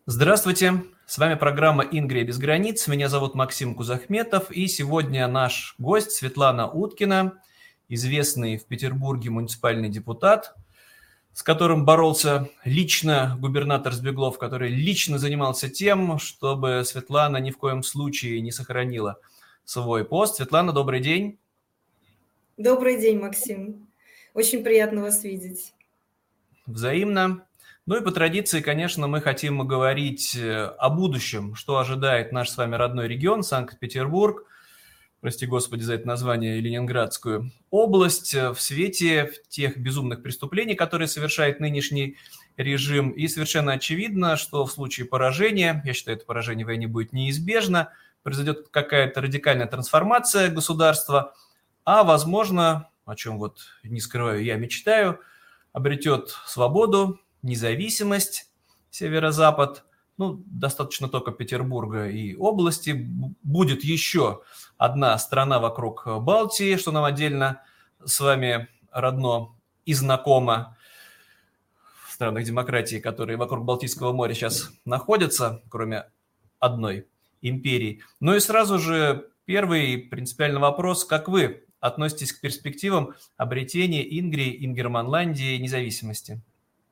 Здравствуйте, с вами программа «Ингрия без границ». Меня зовут Максим Кузахметов, и сегодня наш гость Светлана Уткина, известный в Петербурге муниципальный депутат, с которым боролся лично губернатор Збеглов, который лично занимался тем, чтобы Светлана ни в коем случае не сохранила свой пост. Светлана, добрый день. Добрый день, Максим. Очень приятно вас видеть. Взаимно. Ну и по традиции, конечно, мы хотим говорить о будущем, что ожидает наш с вами родной регион, Санкт-Петербург, прости господи за это название, Ленинградскую область, в свете тех безумных преступлений, которые совершает нынешний режим. И совершенно очевидно, что в случае поражения, я считаю, это поражение в войне будет неизбежно, произойдет какая-то радикальная трансформация государства, а возможно, о чем вот не скрываю, я мечтаю, обретет свободу, независимость северо-запад, ну, достаточно только Петербурга и области, будет еще одна страна вокруг Балтии, что нам отдельно с вами родно и знакомо в странах демократии, которые вокруг Балтийского моря сейчас находятся, кроме одной империи. Ну и сразу же первый принципиальный вопрос, как вы относитесь к перспективам обретения Ингрии, Ингерманландии независимости?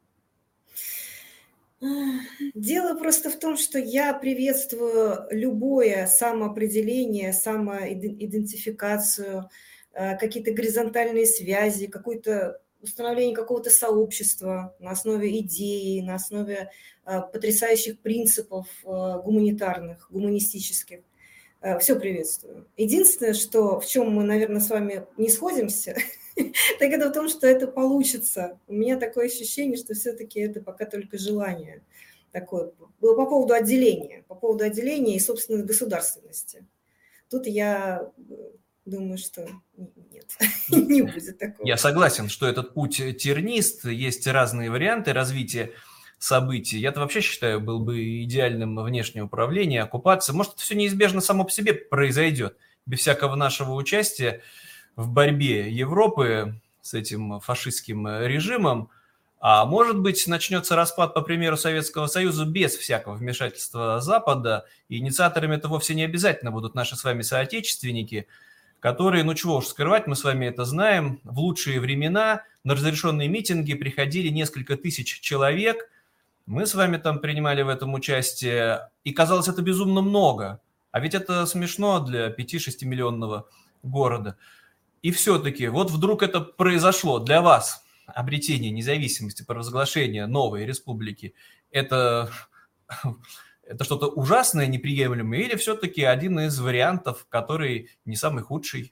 Дело просто в том, что я приветствую любое самоопределение, самоидентификацию, какие-то горизонтальные связи, какое-то установление какого-то сообщества на основе идеи, на основе потрясающих принципов гуманитарных, гуманистических. Все приветствую. Единственное, что в чем мы, наверное, с вами не сходимся, так это в том, что это получится. У меня такое ощущение, что все-таки это пока только желание такое. По поводу отделения и собственной государственности. Тут я думаю, что нет, не будет такого. Я согласен, что этот путь тернист, есть разные варианты развития событий. Я-то вообще считаю, был бы идеальным внешнее управление, оккупация. Может, это все неизбежно само по себе произойдет, без всякого нашего участия в борьбе Европы с этим фашистским режимом. А может быть, начнется распад, по примеру Советского Союза, без всякого вмешательства Запада, и инициаторами это вовсе не обязательно будут наши с вами соотечественники, которые, ну чего уж скрывать, мы с вами это знаем, в лучшие времена на разрешенные митинги приходили несколько тысяч человек, мы с вами там принимали в этом участие, и казалось это безумно много, а ведь это смешно для 5-6 миллионного города. И все-таки вот вдруг это произошло для вас, обретение независимости, провозглашение новой республики, это, это что-то ужасное, неприемлемое, или все-таки один из вариантов, который не самый худший?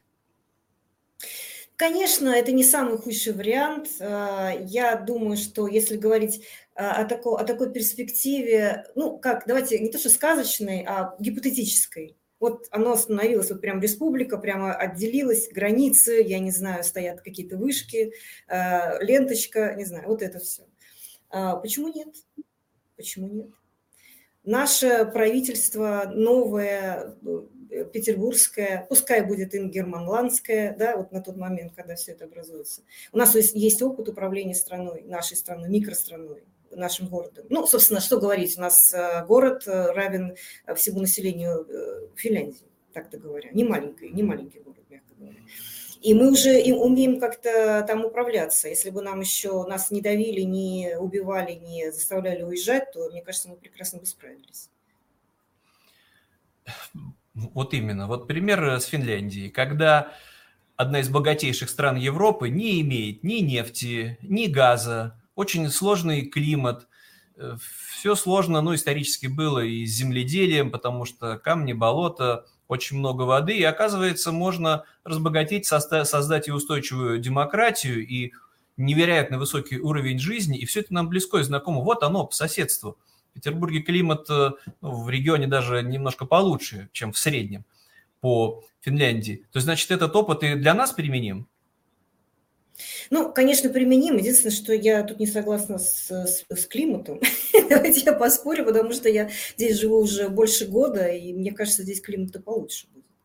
Конечно, это не самый худший вариант. Я думаю, что если говорить о такой перспективе, ну, как, давайте, не то что сказочной, а гипотетической. Вот оно остановилось, вот прям республика, прямо отделилась, границы, я не знаю, стоят какие-то вышки, ленточка, не знаю, вот это все. Почему нет? Почему нет? Наше правительство новое, петербургское, пускай будет ингерманландское, да, вот на тот момент, когда все это образуется. У нас есть опыт управления страной, нашей страной, микространой, нашим городом. Ну, собственно, что говорить, у нас город равен всему населению Финляндии, так-то говоря. Не маленький город, мягко говоря. И мы уже умеем как-то там управляться. Если бы нас не давили, не убивали, не заставляли уезжать, то, мне кажется, мы прекрасно бы справились. Вот именно. Вот пример с Финляндией, когда одна из богатейших стран Европы не имеет ни нефти, ни газа, очень сложный климат. Все сложно, ну, исторически было и с земледелием, потому что камни, болота, очень много воды, и оказывается, можно разбогатеть, создать и устойчивую демократию, и невероятно высокий уровень жизни, и все это нам близко и знакомо. Вот оно, по соседству. В Петербурге климат, ну, в регионе даже немножко получше, чем в среднем по Финляндии. То есть, значит, этот опыт и для нас применим? Ну, конечно, применим. Единственное, что я тут не согласна с климатом. Давайте я поспорю, потому что я здесь живу уже больше года, и мне кажется, здесь климат-то получше будет.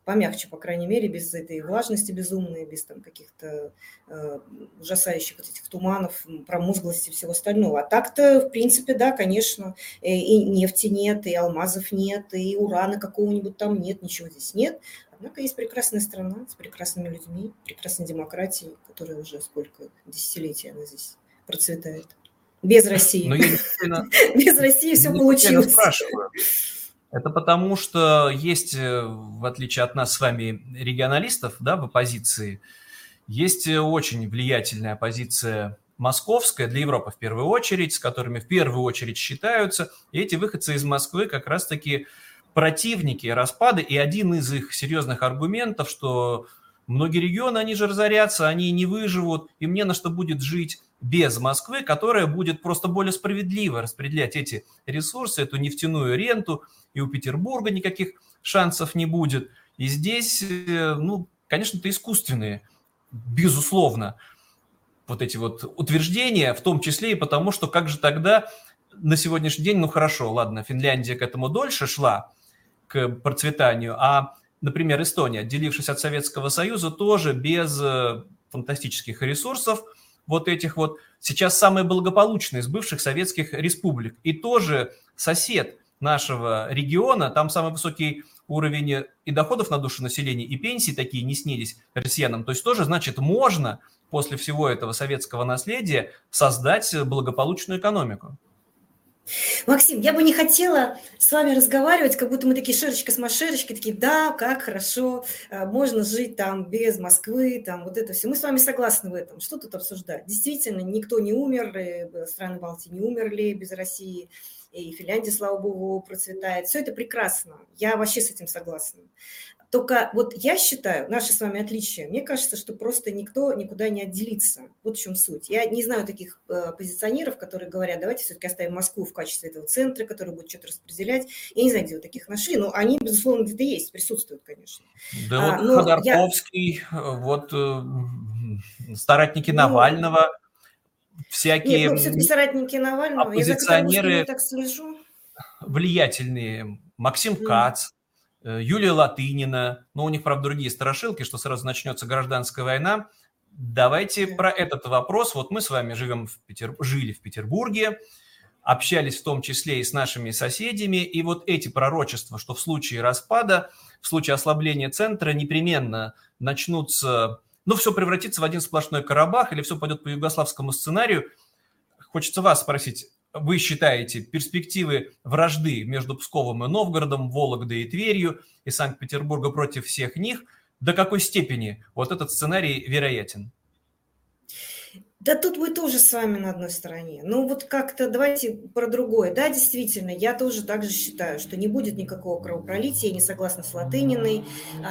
помягче, по крайней мере, без этой влажности безумной, без там каких-то ужасающих вот этих туманов, промозглости и всего остального. А так-то, в принципе, да, конечно, и нефти нет, и алмазов нет, и урана какого-нибудь там нет, ничего здесь нет. Однако есть прекрасная страна с прекрасными людьми, прекрасной демократией, которая уже сколько десятилетий она здесь процветает. Без России. Но я не случайно, Без России все не случайно получилось. спрашиваю. Это потому, что есть, в отличие от нас с вами, регионалистов, да, в оппозиции, есть очень влиятельная оппозиция московская, для Европы в первую очередь, с которыми в первую очередь считаются. И эти выходцы из Москвы как раз-таки противники распада. И один из их серьезных аргументов, что многие регионы, они же разорятся, они не выживут, им не на что будет жить без Москвы, которая будет просто более справедливо распределять эти ресурсы, эту нефтяную ренту, и у Петербурга никаких шансов не будет. И здесь, ну, конечно, это искусственные, безусловно, вот эти вот утверждения, в том числе и потому, что как же тогда на сегодняшний день, ну хорошо, ладно, Финляндия к этому дольше шла, к процветанию, а, например, Эстония, отделившись от Советского Союза, тоже без фантастических ресурсов, вот этих вот, сейчас самая благополучная из бывших советских республик. И тоже сосед нашего региона, там самый высокий уровень и доходов на душу населения, и пенсии такие не снились россиянам. То есть тоже, значит, можно после всего этого советского наследия создать благополучную экономику. Максим, я бы не хотела с вами разговаривать, как будто мы такие шерочка с машерочкой, такие, да, как хорошо, можно жить там без Москвы, там вот это все. Мы с вами согласны в этом. Что тут обсуждать? Действительно, никто не умер, страны Балтии не умерли без России, и Финляндия, слава богу, процветает. Все это прекрасно. Я вообще с этим согласна. Только вот я считаю, наше с вами отличие, мне кажется, что просто никто никуда не отделится. Вот в чем суть. Я не знаю таких позиционеров, которые говорят, давайте все-таки оставим Москву в качестве этого центра, который будет что-то распределять. Я не знаю, где вы таких нашли, но они, безусловно, где-то есть, присутствуют, конечно. Да вот Ходорковский, вот соратники Навального, всякие Нет, ну все-таки соратники Навального, я за оппозиционеры не так слежу. влиятельные, Максим Кац, Юлия Латынина, но у них, правда, другие страшилки, что сразу начнется гражданская война. Давайте про этот вопрос. Вот мы с вами жили в Петербурге, общались в том числе и с нашими соседями, и вот эти пророчества, что в случае распада, в случае ослабления центра непременно начнутся, ну, все превратится в один сплошной Карабах или все пойдет по югославскому сценарию. Хочется вас спросить, вы считаете перспективы вражды между Псковом и Новгородом, Вологдой и Тверью и Санкт-Петербурга против всех них, до какой степени вот этот сценарий вероятен? Да тут мы тоже с вами на одной стороне. Ну вот как-то давайте про другое. Да, действительно, я тоже так же считаю, что не будет никакого кровопролития, я не согласна с Латыниной.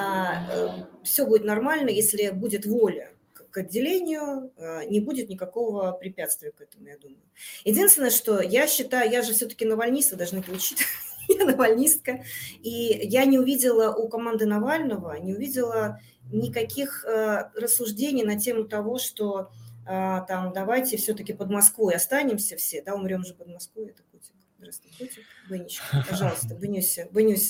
Все будет нормально, если будет воля к отделению, не будет никакого препятствия к этому, я думаю. Единственное, что я считаю, я же все-таки навальнист, вы должны это учитывать, я навальнистка, и я не увидела у команды Навального, не увидела никаких рассуждений на тему того, что там давайте все-таки под Москвой останемся все, да, умрем же под Москвой, это Путин. Здравствуй, Путин, Бынич, пожалуйста, Бынюся,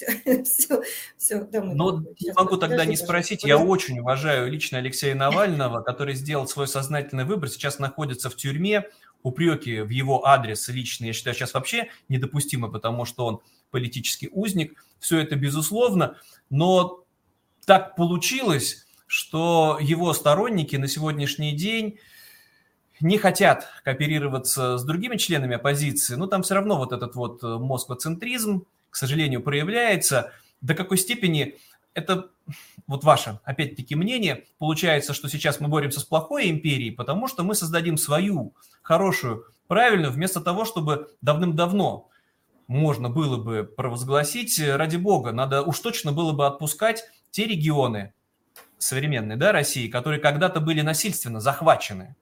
все, домой. Но не могу тогда не спросить, я очень уважаю лично Алексея Навального, который сделал свой сознательный выбор, сейчас находится в тюрьме, упреки в его адрес лично, я считаю, сейчас вообще недопустимо, потому что он политический узник, все это безусловно, но так получилось, что его сторонники на сегодняшний день не хотят кооперироваться с другими членами оппозиции, но там все равно вот этот вот москвоцентризм, к сожалению, проявляется. До какой степени это вот ваше, опять-таки, мнение, получается, что сейчас мы боремся с плохой империей, потому что мы создадим свою хорошую, правильную, вместо того, чтобы давным-давно можно было бы провозгласить, ради бога, надо уж точно было бы отпускать те регионы современной, да, России, которые когда-то были насильственно захвачены.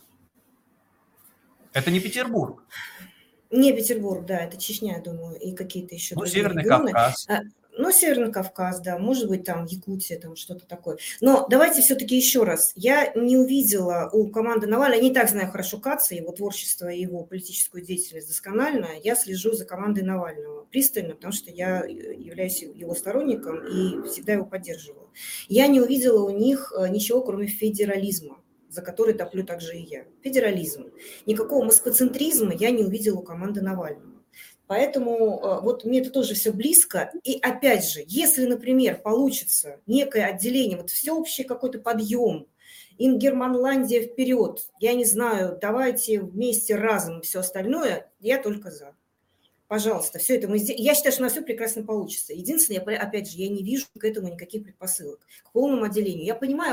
Это не Петербург. Не Петербург, да, это Чечня, я думаю, и какие-то еще другие Северный регионы. Кавказ. Ну, Северный Кавказ, да, может быть, там Якутия, там что-то такое. Но давайте все-таки еще раз. Я не увидела у команды Навального, я не так знаю хорошо Каца, его творчество и его политическую деятельность досконально. Я слежу за командой Навального пристально, потому что я являюсь его сторонником и всегда его поддерживала. Я не увидела у них ничего, кроме федерализма, за который топлю также и я. Федерализм. Никакого москвоцентризма я не увидела у команды Навального. Поэтому вот мне это тоже все близко. И опять же, если, например, получится некое отделение, вот всеобщий какой-то подъем, Ингерманландия вперед, я не знаю, давайте вместе разом все остальное, я только за. Пожалуйста, все это мы сделаем. Я считаю, что у нас все прекрасно получится. Единственное, опять же, я не вижу к этому никаких предпосылок, к полному отделению. Я понимаю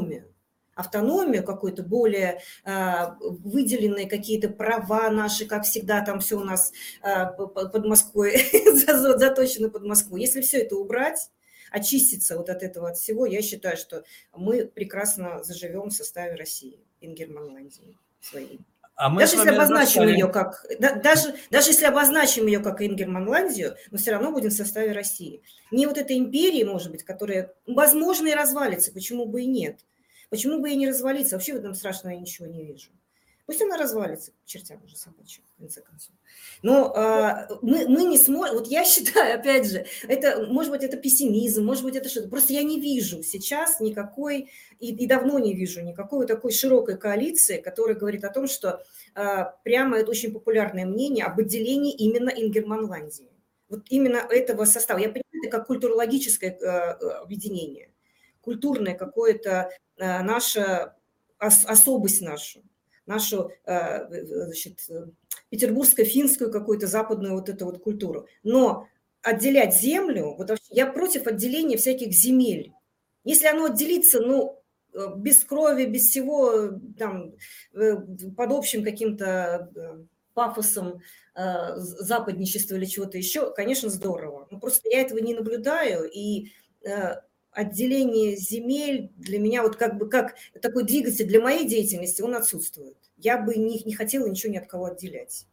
автономию какой-то более выделенные какие-то права наши, как всегда, там все у нас под Москвой, заточено под Москву. Если все это убрать, очиститься вот от этого, от всего, я считаю, что мы прекрасно заживем в составе России, Ингерманландии своей. А мы даже если обозначим ее как, даже если обозначим ее как Ингерманландию, но все равно будем в составе России. Не вот этой империи, может быть, которая, возможно, и развалится, почему бы и нет. Почему бы и не развалиться? Вообще в этом страшного я ничего не вижу. Пусть она развалится, к чертям уже собачьим, в конце концов. Но мы не сможем... Вот я считаю, опять же, это, может быть, это пессимизм, может быть, это что-то. Просто я не вижу сейчас никакой, и давно не вижу никакой вот такой широкой коалиции, которая говорит о том, что прямо это очень популярное мнение об отделении именно Ингерманландии. Вот именно этого состава. Я понимаю, это как культурологическое объединение, культурное какое-то наша особость нашу, значит, петербургско-финскую какую-то западную вот эту вот культуру. Но отделять землю, вот я против отделения всяких земель. Если оно отделится, ну, без крови, без всего, там, под общим каким-то пафосом западничества или чего-то еще, конечно, здорово. Но просто я этого не наблюдаю, и отделение земель для меня вот как бы как такой двигатель для моей деятельности, он отсутствует. Я бы не хотела ничего ни от кого отделять.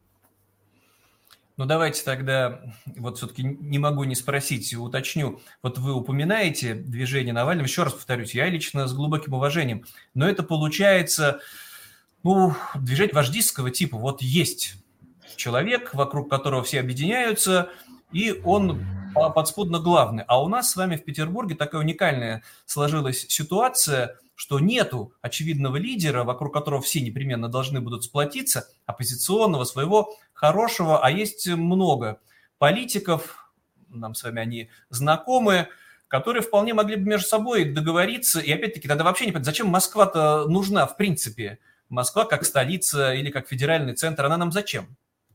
Ну, давайте тогда, вот все-таки не могу не спросить, уточню. Вот вы упоминаете движение Навального, еще раз повторюсь, я лично с глубоким уважением, но это получается, ну, движение вождистского типа. Вот есть человек, вокруг которого все объединяются, и он подспудно главный. А у нас с вами в Петербурге такая уникальная сложилась ситуация, что нету очевидного лидера, вокруг которого все непременно должны будут сплотиться, оппозиционного, своего хорошего, а есть много политиков, нам с вами они знакомы, которые вполне могли бы между собой договориться. И опять-таки, тогда вообще не понятно, зачем Москва-то нужна в принципе? Москва как столица или как федеральный центр, она нам зачем?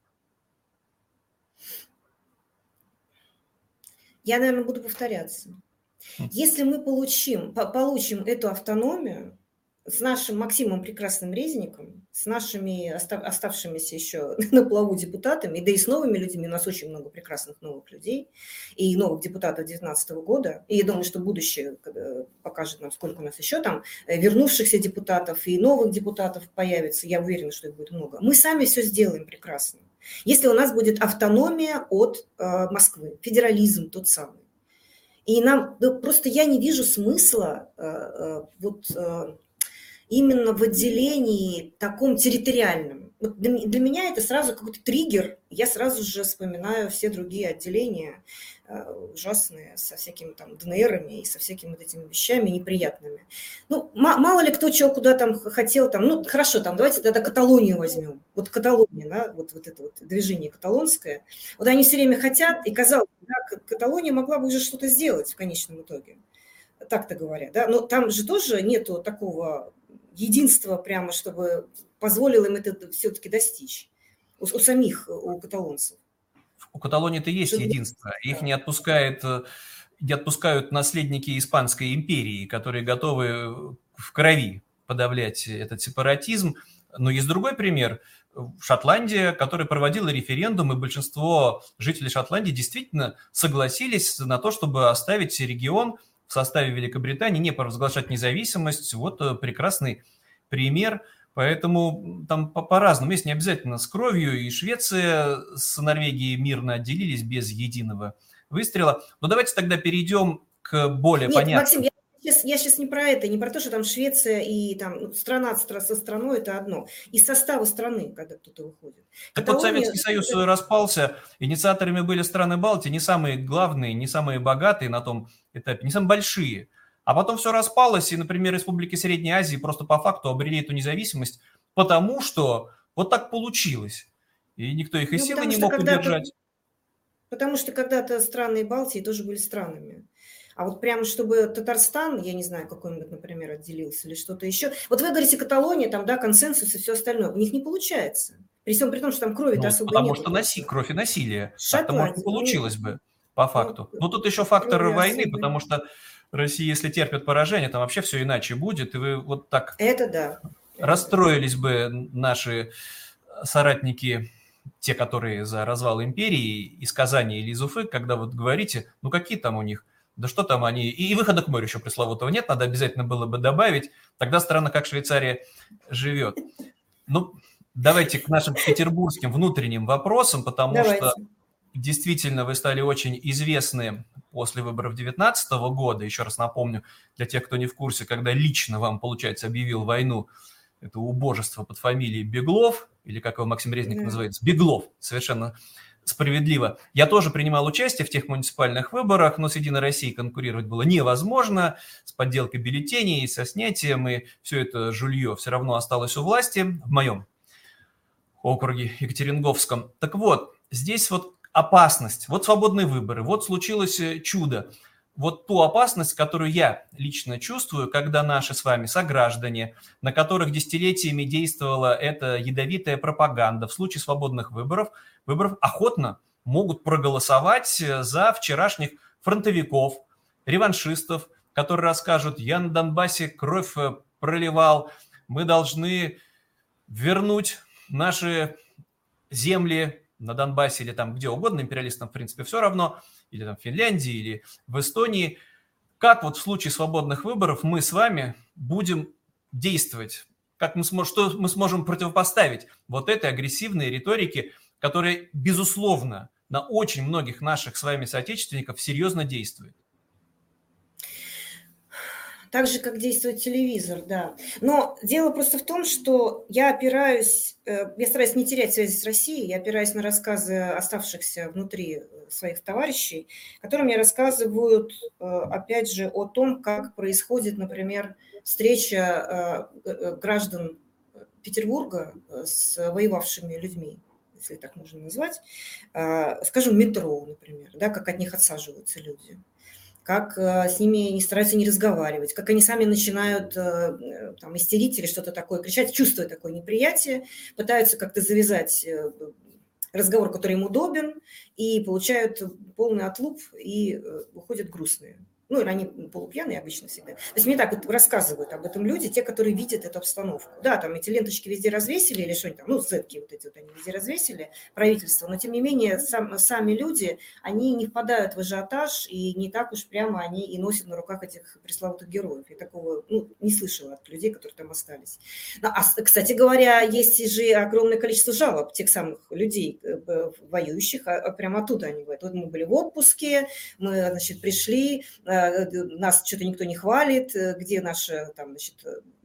Я, наверное, буду повторяться. Если мы получим эту автономию с нашим Максимом Прекрасным Резником, с нашими оставшимися еще на плаву депутатами, да и с новыми людьми, у нас очень много прекрасных новых людей, и новых депутатов 2019 года, и я думаю, что будущее покажет нам, сколько у нас еще там вернувшихся депутатов и новых депутатов появится, я уверена, что их будет много. Мы сами все сделаем прекрасно. Если у нас будет автономия от Москвы, федерализм тот самый. И нам просто я не вижу смысла именно в отделении таком территориальном. Вот для меня это сразу какой-то триггер. Я сразу же вспоминаю все другие отделения ужасные, со всякими там ДНРами и со всякими вот этими вещами неприятными. Ну, мало ли кто чего куда там хотел. Там, ну, хорошо, там, давайте тогда Каталонию возьмем. Вот Каталония, да, вот это вот движение каталонское. Вот они все время хотят, и казалось, да, Каталония могла бы уже что-то сделать в конечном итоге. Так-то говоря, да. Но там же тоже нету такого единства прямо, чтобы позволило им это все-таки достичь. У самих, у каталонцев. У Каталонии-то есть единство. Их не отпускают наследники Испанской империи, которые готовы в крови подавлять этот сепаратизм. Но есть другой пример. Шотландия, которая проводила референдум, и большинство жителей Шотландии действительно согласились на то, чтобы оставить регион в составе Великобритании, не провозглашать независимость. Вот прекрасный пример. Поэтому там по-разному. Есть не обязательно с кровью. И Швеция с Норвегией мирно отделились без единого выстрела. Но давайте тогда перейдем к более Нет, Максим, понятным. я сейчас не про это, не про то, что там Швеция и там страна со страной – это одно. Из состава страны, когда кто-то выходит. Так вот, Каталония… Советский Союз распался, инициаторами были страны Балтии, не самые главные, не самые богатые на том этапе, не самые большие. А потом все распалось, и, например, республики Средней Азии просто по факту обрели эту независимость, потому что вот так получилось. И никто их и Ну, силой не мог удержать. потому что когда-то страны Балтии тоже были странами. А вот прямо чтобы Татарстан, я не знаю, какой-нибудь, например, отделился или что-то еще. Вот вы говорите, Каталония, там, да, консенсус и все остальное. У них не получается. При всем при том, что там крови-то Ну, особо потому нет. что кровь и насилие. Так-то, может, и Шотландия. получилось бы, по факту. Но тут еще фактор Крови войны, особо. потому что Россия, если терпит поражение, там вообще все иначе будет. И вы вот так Это да. расстроились бы наши соратники, те, которые за развал империи из Казани или из Уфы, когда вот говорите, ну какие там у них, да что там они, и выхода к морю еще пресловутого нет, надо обязательно было бы добавить, тогда страна, как Швейцария, живет. Ну, давайте к нашим петербургским внутренним вопросам, потому Давайте. что действительно вы стали очень известны после выборов 2019 года. Еще раз напомню, для тех, кто не в курсе, когда лично вам, получается, объявил войну это убожество под фамилией Беглов, или как его Максим Резник называется, Беглов, совершенно справедливо. Я тоже принимал участие в тех муниципальных выборах, но с «Единой Россией» конкурировать было невозможно, с подделкой бюллетеней, со снятием, и все это жулье все равно осталось у власти в моем округе Екатеринговском. Так вот, здесь вот опасность, вот свободные выборы, вот случилось чудо. Вот ту опасность, которую я лично чувствую, когда наши с вами сограждане, на которых десятилетиями действовала эта ядовитая пропаганда, в случае свободных выборов охотно могут проголосовать за вчерашних фронтовиков, реваншистов, которые расскажут: я на Донбассе кровь проливал, мы должны вернуть наши земли на Донбассе или там где угодно, империалистам в принципе все равно, или там в Финляндии, или в Эстонии. Как вот в случае свободных выборов мы с вами будем действовать? Что мы сможем противопоставить вот этой агрессивной риторике, которая, безусловно, на очень многих наших с вами соотечественников серьезно действует? Так же, как действует телевизор, да. Но дело просто в том, что я стараюсь не терять связи с Россией, я опираюсь на рассказы оставшихся внутри своих товарищей, которые мне рассказывают, опять же, о том, как происходит, например, встреча граждан Петербурга с воевавшими людьми, если так можно назвать, скажем, метро, например, да, как от них отсаживаются люди, как с ними не стараются не разговаривать, как они сами начинают там истерить или что-то такое, кричать, чувствуя такое неприятие, пытаются как-то завязать разговор, который им удобен, и получают полный отлуп и уходят грустные. Ну, или они полупьяные обычно всегда. То есть мне так вот рассказывают об этом люди, те, которые видят эту обстановку. Да, там эти ленточки везде развесили или что-нибудь там, ну, зетки вот эти вот они везде развесили, правительство, но тем не менее сами люди, они не впадают в ажиотаж, и не так уж прямо они и носят на руках этих пресловутых героев. Я такого не слышала от людей, которые там остались. Кстати говоря, есть же огромное количество жалоб тех самых людей, воюющих, прямо оттуда они говорят. Вот мы были в отпуске, мы, значит, пришли, нас что-то никто не хвалит, где наши, там, значит,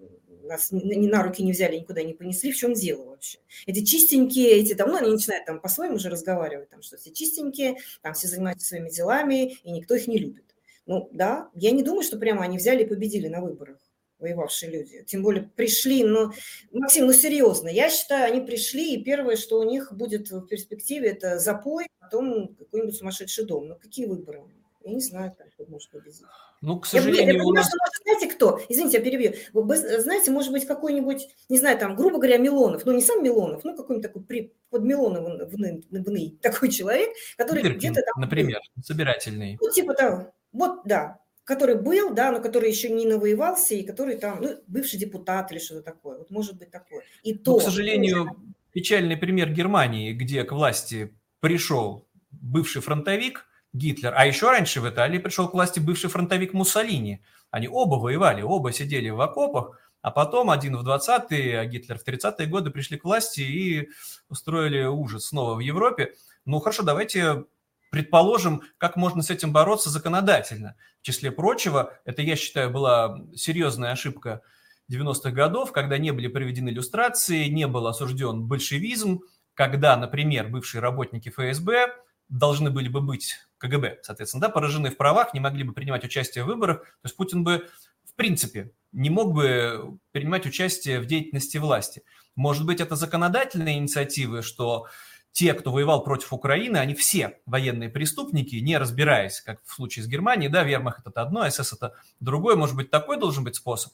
нас ни на руки не взяли, никуда не понесли, в чем дело вообще? Эти чистенькие, эти давно, они начинают там по-своему уже разговаривать, там, что все чистенькие, там все занимаются своими делами, и никто их не любит. Ну, да, я не думаю, что прямо они взяли и победили на выборах, воевавшие люди. Тем более пришли, Максим, серьезно, я считаю, они пришли, и первое, что у них будет в перспективе, это запой, потом какой-нибудь сумасшедший дом. Ну, какие выборы? Я не знаю, как это может победить. Ну, к сожалению, я понимаю, что, знаете, кто? Извините, я перебью. Вы знаете, может быть, какой-нибудь, не знаю, там, грубо говоря, Милонов, не сам Милонов, какой-нибудь такой под Милоновый такой человек, который Гиркин, где-то там... например, собирательный. Ну, типа того. Вот, да. Который был, да, но который еще не навоевался, и который там, бывший депутат или что-то такое. Вот может быть такое. И то... к сожалению, печальный пример Германии, где к власти пришел бывший фронтовик Гитлер, а еще раньше в Италии пришел к власти бывший фронтовик Муссолини. Они оба воевали, оба сидели в окопах, а потом один в 20-е, а Гитлер в 30-е годы пришли к власти и устроили ужас снова в Европе. Ну, хорошо, давайте предположим, как можно с этим бороться законодательно. В числе прочего, это, я считаю, была серьезная ошибка 90-х годов, когда не были проведены люстрации, не был осужден большевизм, когда, например, бывшие работники ФСБ должны были бы быть, КГБ, соответственно, да, поражены в правах, не могли бы принимать участие в выборах. То есть Путин бы, в принципе, не мог бы принимать участие в деятельности власти. Может быть, это законодательные инициативы, что те, кто воевал против Украины, они все военные преступники, не разбираясь, как в случае с Германией, да, вермахт это одно, СС это другое. Может быть, такой должен быть способ?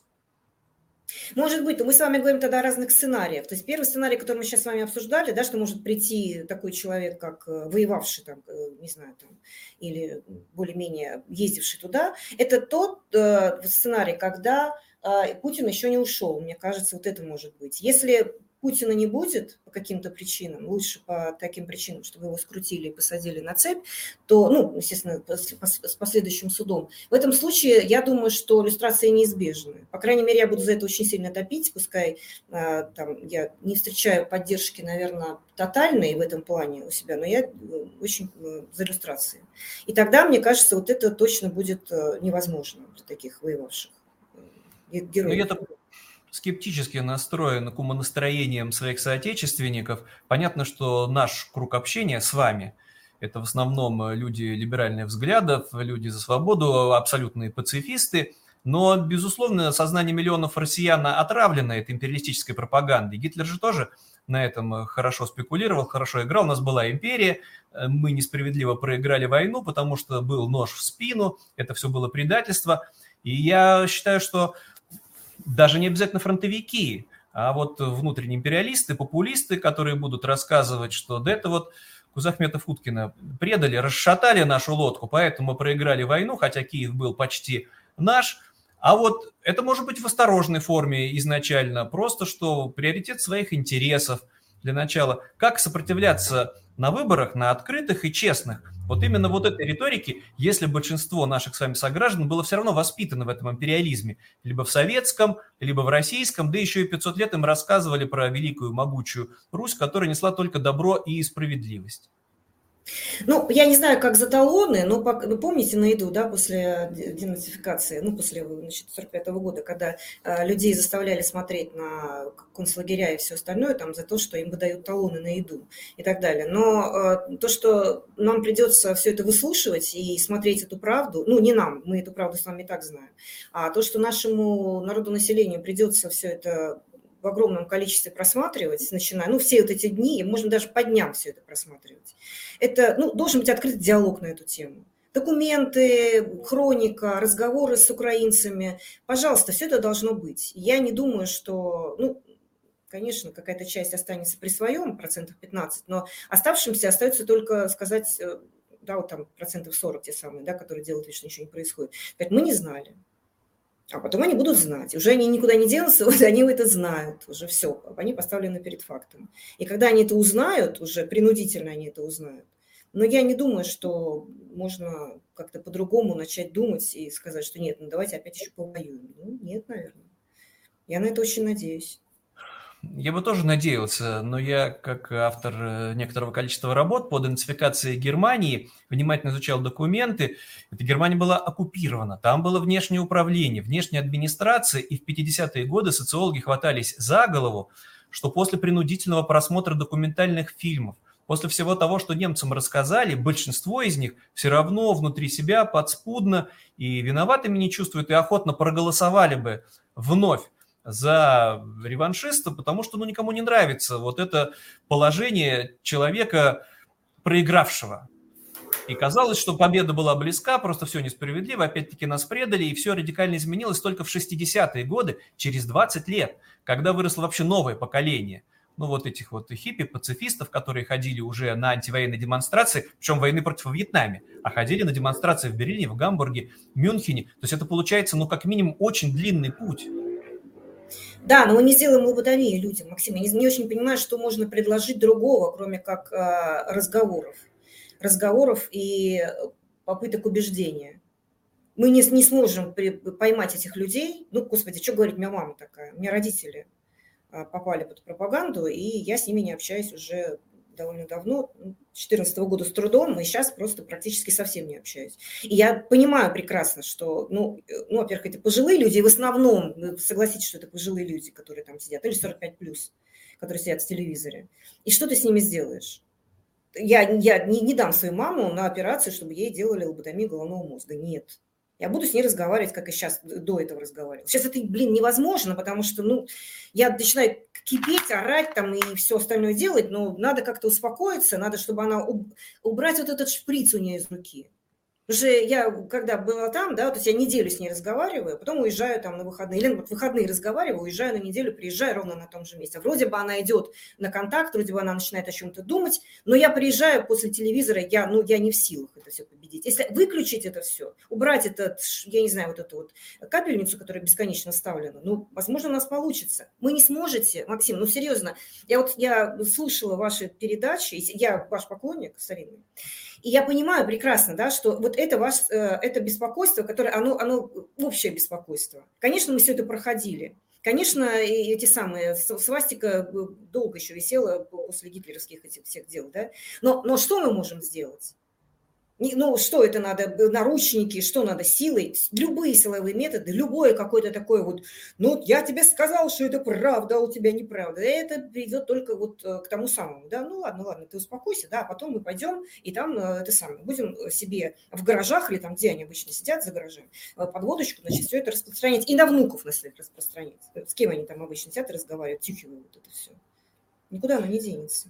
Может быть, но мы с вами говорим тогда о разных сценариях. То есть первый сценарий, который мы сейчас с вами обсуждали, да, что может прийти такой человек, как воевавший там, не знаю, там, или более-менее ездивший туда, это тот сценарий, когда Путин еще не ушел. Мне кажется, вот это может быть. Если Путина не будет по каким-то причинам, лучше по таким причинам, чтобы его скрутили и посадили на цепь, то, ну, естественно, с последующим судом. В этом случае я думаю, что люстрация неизбежна. По крайней мере, я буду за это очень сильно топить, пускай там, я не встречаю поддержки, наверное, тотальной в этом плане у себя, но я очень за люстрации. И тогда, мне кажется, вот это точно будет невозможно для таких воевавших героев. Скептически настроен к умонастроениям своих соотечественников. Понятно, что наш круг общения с вами – это в основном люди либеральных взглядов, люди за свободу, абсолютные пацифисты. Но, безусловно, сознание миллионов россиян отравлено этой империалистической пропагандой. Гитлер же тоже на этом хорошо спекулировал, хорошо играл. У нас была империя, мы несправедливо проиграли войну, потому что был нож в спину, это все было предательство. И я считаю, что даже не обязательно фронтовики, а вот внутренние империалисты, популисты, которые будут рассказывать, что да это вот Кузахметов Уткина предали, расшатали нашу лодку, поэтому мы проиграли войну, хотя Киев был почти наш. А вот это может быть в осторожной форме изначально, просто что приоритет своих интересов для начала. Как сопротивляться на выборах, на открытых и честных? Вот именно вот этой риторики, если большинство наших с вами сограждан было все равно воспитано в этом империализме, либо в советском, либо в российском, да еще и 500 лет им рассказывали про великую могучую Русь, которая несла только добро и справедливость. Ну, я не знаю, как за талоны, но вы помните на еду, да, после денацификации, ну, после, значит, 45-го года, когда людей заставляли смотреть на концлагеря и все остальное, там, за то, что им выдают талоны на еду и так далее. Но то, что нам придется все это выслушивать и смотреть эту правду, ну, не нам, мы эту правду с вами и так знаем, а то, что нашему народу, населению придется все это в огромном количестве просматривать, начиная, ну, все вот эти дни, можно даже по дням все это просматривать. Это, ну, должен быть открыт диалог на эту тему. Документы, хроника, разговоры с украинцами. Пожалуйста, все это должно быть. Я не думаю, что, ну, конечно, какая-то часть останется при своем, 15%, но оставшимся остается только сказать, да, вот там 40% те самые, да, которые делают вид, что ничего не происходит. Говорят, мы не знали. А потом они будут знать. Уже они никуда не денутся, вот они это знают. Уже все, они поставлены перед фактом. И когда они это узнают, уже принудительно они это узнают. Но я не думаю, что можно как-то по-другому начать думать и сказать, что нет, ну давайте опять еще повоюем. Ну, нет, наверное. Я на это очень надеюсь. Я бы тоже надеялся, но я, как автор некоторого количества работ по денацификации Германии, внимательно изучал документы. Эта Германия была оккупирована, там было внешнее управление, внешняя администрация, и в 50-е годы социологи хватались за голову, что после принудительного просмотра документальных фильмов, после всего того, что немцам рассказали, большинство из них все равно внутри себя подспудно и виноватыми не чувствуют, и охотно проголосовали бы вновь за реваншиста, потому что ну, никому не нравится вот это положение человека, проигравшего. И казалось, что победа была близка, просто все несправедливо, опять-таки нас предали, и все радикально изменилось только в 60-е годы, через 20 лет, когда выросло вообще новое поколение. Ну, вот этих вот хиппи, пацифистов, которые ходили уже на антивоенные демонстрации, причем войны против Вьетнама, а ходили на демонстрации в Берлине, в Гамбурге, в Мюнхене. То есть это получается, ну, как минимум, очень длинный путь. Да, но мы не сделаем лоботомию людям, Максим. Я не очень понимаю, что можно предложить другого, кроме как разговоров. Разговоров и попыток убеждения. Мы не сможем поймать этих людей. Ну, господи, что говорить, у меня мама такая. У меня родители попали под пропаганду, и я с ними не общаюсь уже довольно давно, 2014 года с трудом, и сейчас просто практически совсем не общаюсь. И я понимаю прекрасно, что, во-первых, это пожилые люди, и в основном, вы согласитесь, что это пожилые люди, которые там сидят, или 45+, которые сидят в телевизоре. И что ты с ними сделаешь? Я не дам свою маму на операцию, чтобы ей делали лоботомию головного мозга. Нет. Я буду с ней разговаривать, как и сейчас до этого разговаривала. Сейчас это, невозможно, потому что, я начинаю кипеть, орать там и все остальное делать, но надо как-то успокоиться, надо, чтобы она убрать вот этот шприц у нее из руки. Потому что я, когда была там, да, то есть я неделю с ней разговариваю, потом уезжаю там на выходные. Или вот выходные разговариваю, уезжаю на неделю, приезжаю ровно на том же месте. Вроде бы она идет на контакт, вроде бы она начинает о чем-то думать, но я приезжаю после телевизора, я не в силах это все победить. Если выключить это все, убрать этот, я не знаю, вот эту вот капельницу, которая бесконечно вставлена, возможно, у нас получится. Вы не сможете, Максим, серьезно. Я слушала ваши передачи, я ваш поклонник старинный. И я понимаю прекрасно, да, что вот это беспокойство, которое, оно общее беспокойство. Конечно, мы все это проходили. Конечно, и эти самые, свастика долго еще висела после гитлеровских этих всех дел, да. Но что мы можем сделать? Что это надо, наручники, что надо, силой, любые силовые методы, любое какое-то такое вот, я тебе сказал, что это правда, а у тебя неправда, это приведет только вот к тому самому, да, ладно, ты успокойся, да, а потом мы пойдем и там будем себе в гаражах или там, где они обычно сидят за гаражем, под водочку, значит, все это распространять и на внуков на своих распространять, с кем они там обычно сидят и разговаривают, тюхивают это все, никуда оно не денется.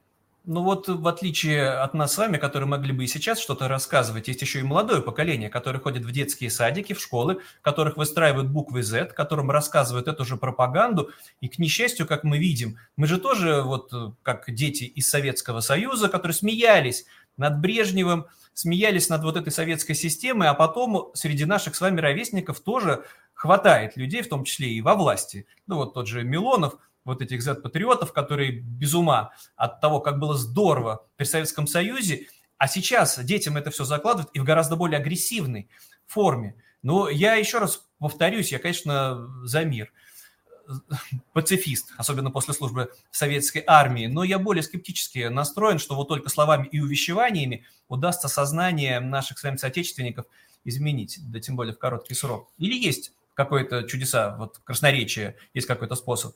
В отличие от нас с вами, которые могли бы и сейчас что-то рассказывать, есть еще и молодое поколение, которое ходит в детские садики, в школы, в которых выстраивают буквы Z, которым рассказывают эту же пропаганду. И, к несчастью, как мы видим, мы же тоже, как дети из Советского Союза, которые смеялись над Брежневым, смеялись над вот этой советской системой, а потом среди наших с вами ровесников тоже хватает людей, в том числе и во власти. Тот же Милонов, вот этих Z-патриотов, которые без ума от того, как было здорово при Советском Союзе, а сейчас детям это все закладывают и в гораздо более агрессивной форме. Но я еще раз повторюсь, я, конечно, за мир, пацифист, особенно после службы в советской армии, но я более скептически настроен, что вот только словами и увещеваниями удастся сознание наших с вами соотечественников изменить, да тем более в короткий срок. Или есть какое-то чудеса, красноречие, есть какой-то способ?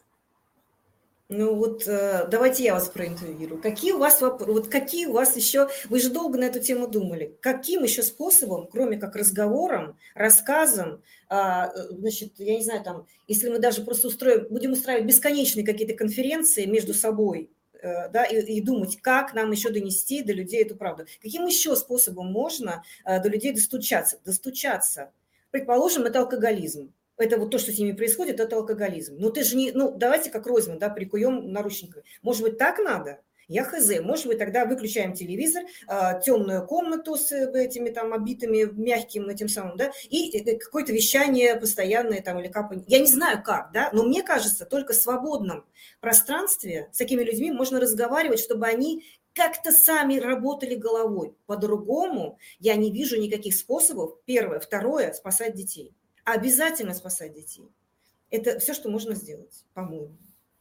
Давайте я вас проинтервьюирую. Какие у вас еще, вы же долго на эту тему думали, каким еще способом, кроме как разговором, рассказом, я не знаю, там, если мы даже просто будем устраивать бесконечные какие-то конференции между собой, да, и думать, как нам еще донести до людей эту правду. Каким еще способом можно до людей достучаться? Предположим, это алкоголизм. Это вот то, что с ними происходит, это алкоголизм. Ты же давайте как Ройзман, да, прикуем наручниками. Может быть, так надо? Я хз. Может быть, тогда выключаем телевизор, темную комнату с этими там обитыми мягким этим самым, да, и какое-то вещание постоянное там или капание. Я не знаю как, да, но мне кажется, только в свободном пространстве с такими людьми можно разговаривать, чтобы они как-то сами работали головой. По-другому я не вижу никаких способов. Первое. Второе. Спасать детей. Обязательно спасать детей. Это все, что можно сделать, по-моему.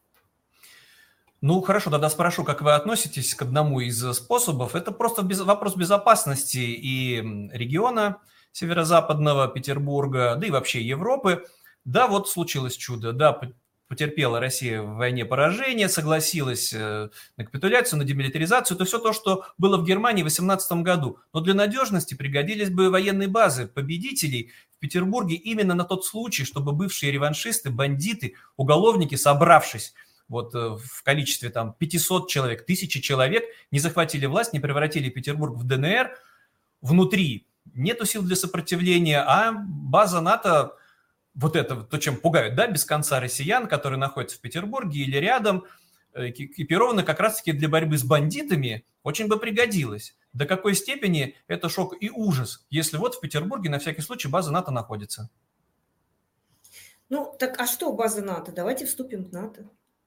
Хорошо, тогда спрошу, как вы относитесь к одному из способов. Это просто вопрос безопасности и региона северо-западного Петербурга, да и вообще Европы. Да, случилось чудо, да, потерпела Россия в войне поражение, согласилась на капитуляцию, на демилитаризацию. Это все то, что было в Германии в 18 году. Но для надежности пригодились бы военные базы победителей в Петербурге именно на тот случай, чтобы бывшие реваншисты, бандиты, уголовники, собравшись в количестве 500 человек, 1000 человек, не захватили власть, не превратили Петербург в ДНР. Внутри нету сил для сопротивления, а база НАТО, это то, чем пугают, да, без конца россиян, которые находятся в Петербурге или рядом, экипированы как раз-таки для борьбы с бандитами, очень бы пригодилось. До какой степени это шок и ужас, если в Петербурге на всякий случай база НАТО находится? Так а что база НАТО? Давайте вступим в НАТО.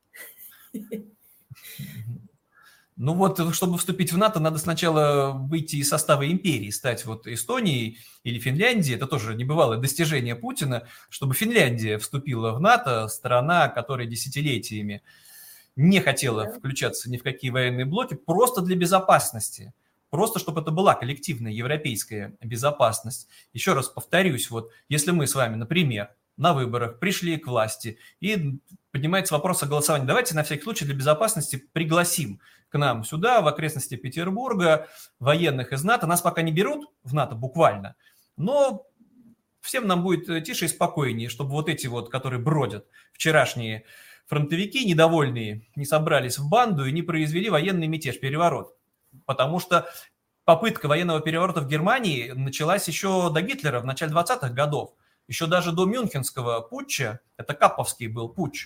Чтобы вступить в НАТО, надо сначала выйти из состава империи, стать Эстонией или Финляндией. Это тоже небывалое достижение Путина, чтобы Финляндия вступила в НАТО, страна, которая десятилетиями не хотела Да. включаться ни в какие военные блоки просто для безопасности. Просто чтобы это была коллективная европейская безопасность. Еще раз повторюсь, вот если мы с вами, например, на выборах пришли к власти и поднимается вопрос о голосовании, давайте на всякий случай для безопасности пригласим к нам сюда, в окрестности Петербурга, военных из НАТО. Нас пока не берут в НАТО буквально, но всем нам будет тише и спокойнее, чтобы вот эти вот, которые бродят, вчерашние фронтовики недовольные, не собрались в банду и не произвели военный мятеж, переворот. Потому что попытка военного переворота в Германии началась еще до Гитлера, в начале 20-х годов. Еще даже до Мюнхенского путча, это Капповский был путч.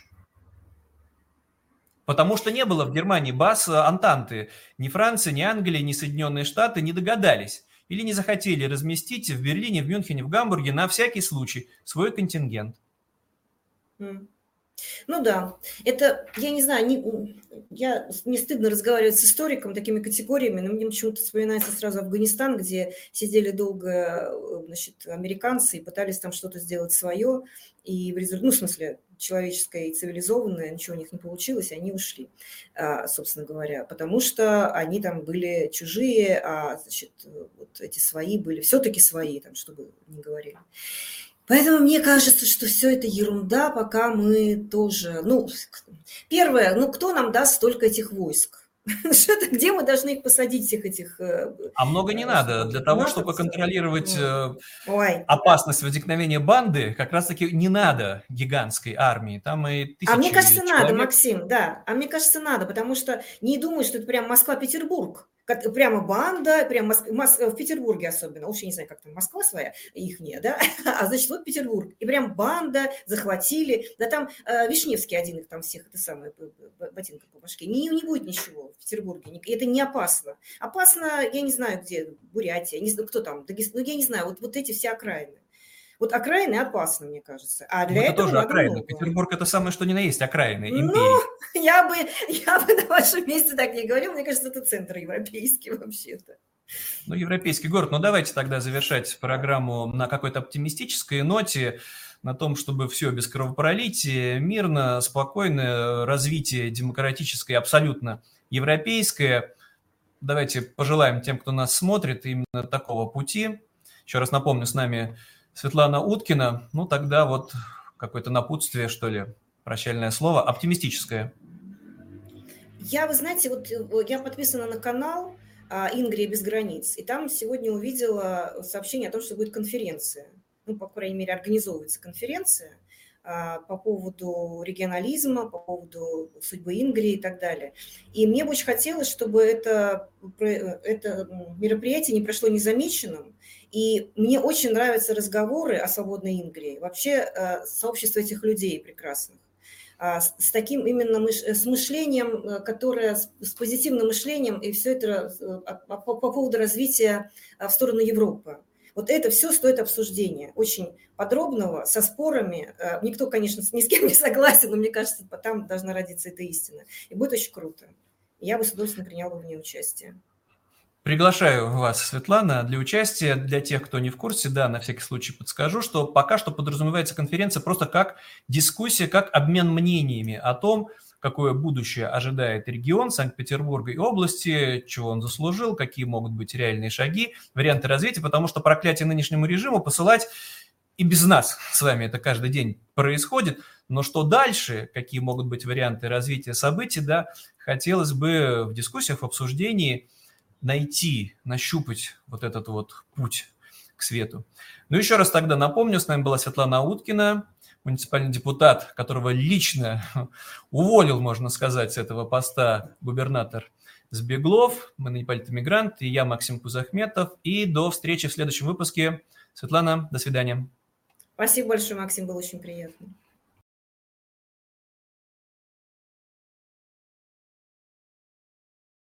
Потому что не было в Германии баз Антанты. Ни Франция, ни Англия, ни Соединенные Штаты не догадались или не захотели разместить в Берлине, в Мюнхене, в Гамбурге на всякий случай свой контингент. Ну да, это, я не знаю, мне стыдно разговаривать с историком такими категориями, но мне почему-то вспоминается сразу Афганистан, где сидели долго, значит, американцы и пытались там что-то сделать свое, и в результате, ну, в смысле, человеческое и цивилизованное, ничего у них не получилось, и они ушли, собственно говоря, потому что они там были чужие, а, значит, вот эти свои были все-таки свои, там, чтобы не говорили. Поэтому мне кажется, что все это ерунда, пока мы тоже... Ну, первое, ну кто нам даст столько этих войск? Где мы должны их посадить, всех этих... А много не надо. Для того, чтобы контролировать опасность возникновения банды, как раз-таки не надо гигантской армии. Там и тысячи А мне кажется, человек. надо, Максим, да. А мне кажется, надо, потому что не думаю, что это прям Москва-Петербург. Прямо банда, прям в Петербурге особенно, уж я не знаю, как там Москва своя, ихняя, да, а значит, вот Петербург, и прям банда, захватили, да там Вишневский один их там всех, это самое, ботинка по башке, не будет ничего в Петербурге, это не опасно. Опасно, я не знаю где, Бурятия, не знаю, кто там, Дагестан, ну я не знаю, вот эти все окраины. Вот окраины опасны, мне кажется. А для этого тоже надо окраины. много. Петербург – это самое, что ни на есть окраины империи. Ну, я бы на вашем месте так не говорила. Мне кажется, это центр европейский вообще-то. Ну, европейский город. Ну, давайте тогда завершать программу на какой-то оптимистической ноте, на том, чтобы все без кровопролития, мирно, спокойное развитие демократическое, абсолютно европейское. Давайте пожелаем тем, кто нас смотрит, именно такого пути. Еще раз напомню, с нами Светлана Уткина. Ну, тогда вот какое-то напутствие, что ли, прощальное слово, оптимистическое. Вы знаете, вот я подписана на канал «Ингрия без границ», и там сегодня увидела сообщение о том, что будет конференция. Ну, по крайней мере, организовывается конференция по поводу регионализма, по поводу судьбы Ингрии и так далее. И мне бы очень хотелось, чтобы это мероприятие не прошло незамеченным. И мне очень нравятся разговоры о свободной Ингрии, вообще сообщество этих людей прекрасных, с таким именно с мышлением, которое, с позитивным мышлением, и все это по поводу развития в сторону Европы. Вот это все стоит обсуждения, очень подробного, со спорами. Никто, конечно, ни с кем не согласен, но мне кажется, там должна родиться эта истина. И будет очень круто. Я бы с удовольствием приняла бы в ней участие. Приглашаю вас, Светлана, для участия. Для тех, кто не в курсе, да, на всякий случай подскажу, что пока что подразумевается конференция просто как дискуссия, как обмен мнениями о том, какое будущее ожидает регион Санкт-Петербурга и области, чего он заслужил, какие могут быть реальные шаги, варианты развития, потому что проклятие нынешнему режиму посылать и без нас с вами это каждый день происходит, но что дальше, какие могут быть варианты развития событий, да, хотелось бы в дискуссиях, в обсуждении найти, нащупать вот этот вот путь к свету. Ну, еще раз тогда напомню, с нами была Светлана Уткина, муниципальный депутат, которого лично уволил, можно сказать, с этого поста губернатор Збеглов. Мы ныне политэмигрант, и я, Максим Кузахметов. И до встречи в следующем выпуске. Светлана, до свидания. Спасибо большое, Максим, было очень приятно.